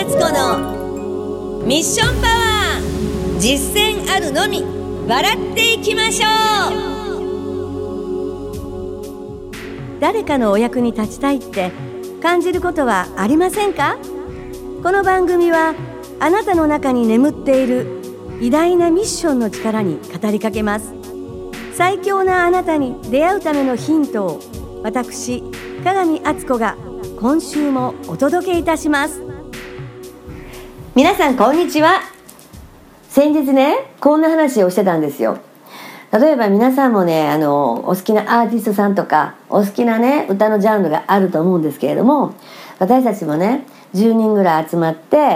敦子のミッションパワー、実践あるのみ、笑っていきましょう。誰かのお役に立ちたいって感じることはありませんか？この番組はあなたの中に眠っている偉大なミッションの力に語りかけます。最強なあなたに出会うためのヒントを私、鏡敦子が今週もお届けいたします。皆さんこんにちは。先日ね、こんな話をしてたんですよ。例えば皆さんもね、お好きなアーティストさんとかお好きなね歌のジャンルがあると思うんですけれども、私たちもね10人ぐらい集まって、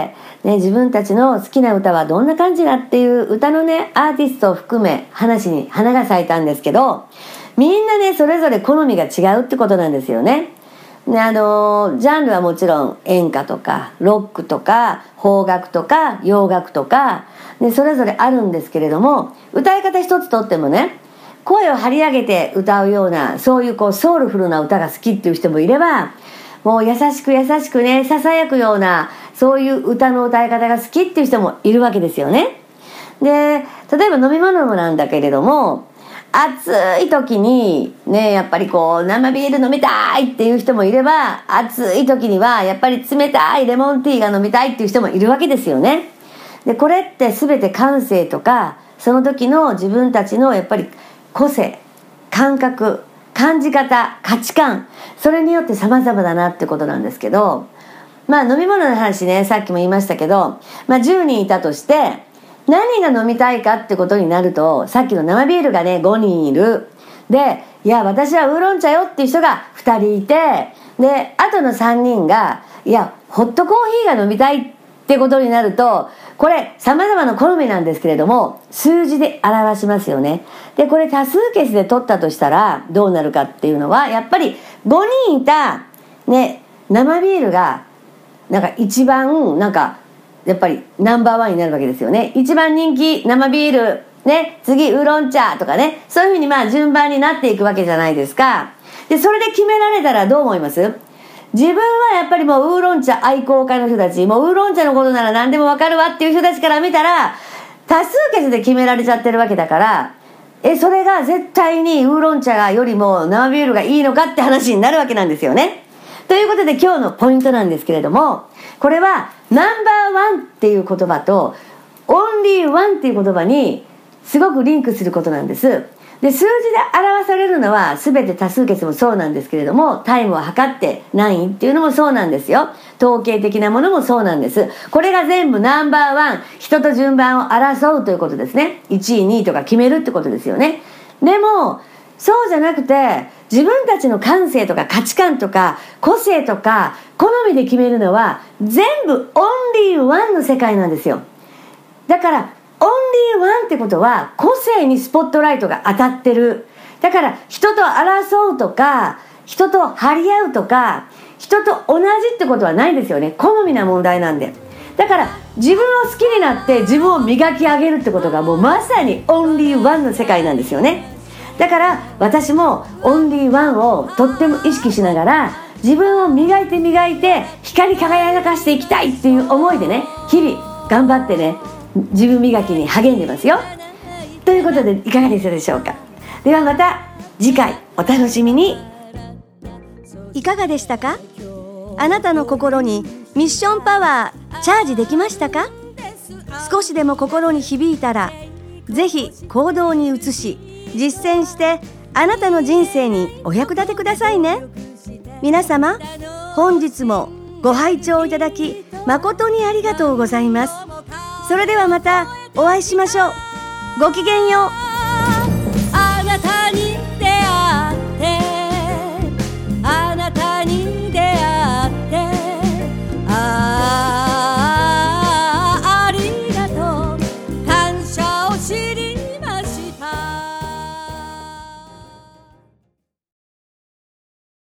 ね、自分たちの好きな歌はどんな感じだっていう歌のねアーティストを含め話に花が咲いたんですけど、みんなねそれぞれ好みが違うってことなんですよね。でジャンルはもちろん演歌とかロックとか邦楽とか洋楽とか、でそれぞれあるんですけれども、歌い方一つとってもね、声を張り上げて歌うようなそういうソウルフルな歌が好きっていう人もいれば、もう優しく優しくねささやくようなそういう歌の歌い方が好きっていう人もいるわけですよね。で例えば飲み物もなんだけれども、暑い時にねやっぱり生ビール飲みたいっていう人もいれば、暑い時にはやっぱり冷たいレモンティーが飲みたいっていう人もいるわけですよね。でこれって全て感性とかその時の自分たちのやっぱり個性、感覚、感じ方、価値観、それによって様々だなってことなんですけど、飲み物の話ね、さっきも言いましたけど、10人いたとして何が飲みたいかってことになると、さっきの生ビールがね5人いる。でいや私はウーロン茶よっていう人が2人いて、であとの3人がいやホットコーヒーが飲みたいってことになると、これ様々な好みなんですけれども数字で表しますよね。でこれ多数決で取ったとしたらどうなるかっていうのは、やっぱり5人いたね生ビールが一番やっぱりナンバーワンになるわけですよね。一番人気生ビールね、次ウーロン茶とかね、そういうふうに順番になっていくわけじゃないですか。でそれで決められたらどう思います？自分はやっぱりもうウーロン茶愛好家の人たち、もうウーロン茶のことなら何でもわかるわっていう人たちから見たら多数決で決められちゃってるわけだから、それが絶対にウーロン茶よりも生ビールがいいのかって話になるわけなんですよね。ということで今日のポイントなんですけれども、これはナンバーワンっていう言葉とオンリーワンっていう言葉にすごくリンクすることなんです。で数字で表されるのは全て多数決もそうなんですけれども、タイムを測って何位っていうのもそうなんですよ。統計的なものもそうなんです。これが全部ナンバーワン、人と順番を争うということですね。1位2位とか決めるってことですよね。でもそうじゃなくて、自分たちの感性とか価値観とか個性とか好みで決めるのは全部オンリーワンの世界なんですよ。だからオンリーワンってことは個性にスポットライトが当たってる。だから人と争うとか人と張り合うとか人と同じってことはないですよね。好みな問題なんで。だから自分を好きになって自分を磨き上げるってことがもうまさにオンリーワンの世界なんですよね。だから私もオンリーワンをとっても意識しながら自分を磨いて光り輝かしていきたいっていう思いでね、日々頑張ってね自分磨きに励んでますよ。ということでいかがでしたでしょうか。ではまた次回お楽しみに。いかがでしたか？あなたの心にミッションパワーチャージできましたか？少しでも心に響いたらぜひ行動に移し実践してあなたの人生にお役立てくださいね。皆様本日もご拝聴いただき誠にありがとうございます。それではまたお会いしましょう。ごきげんよう。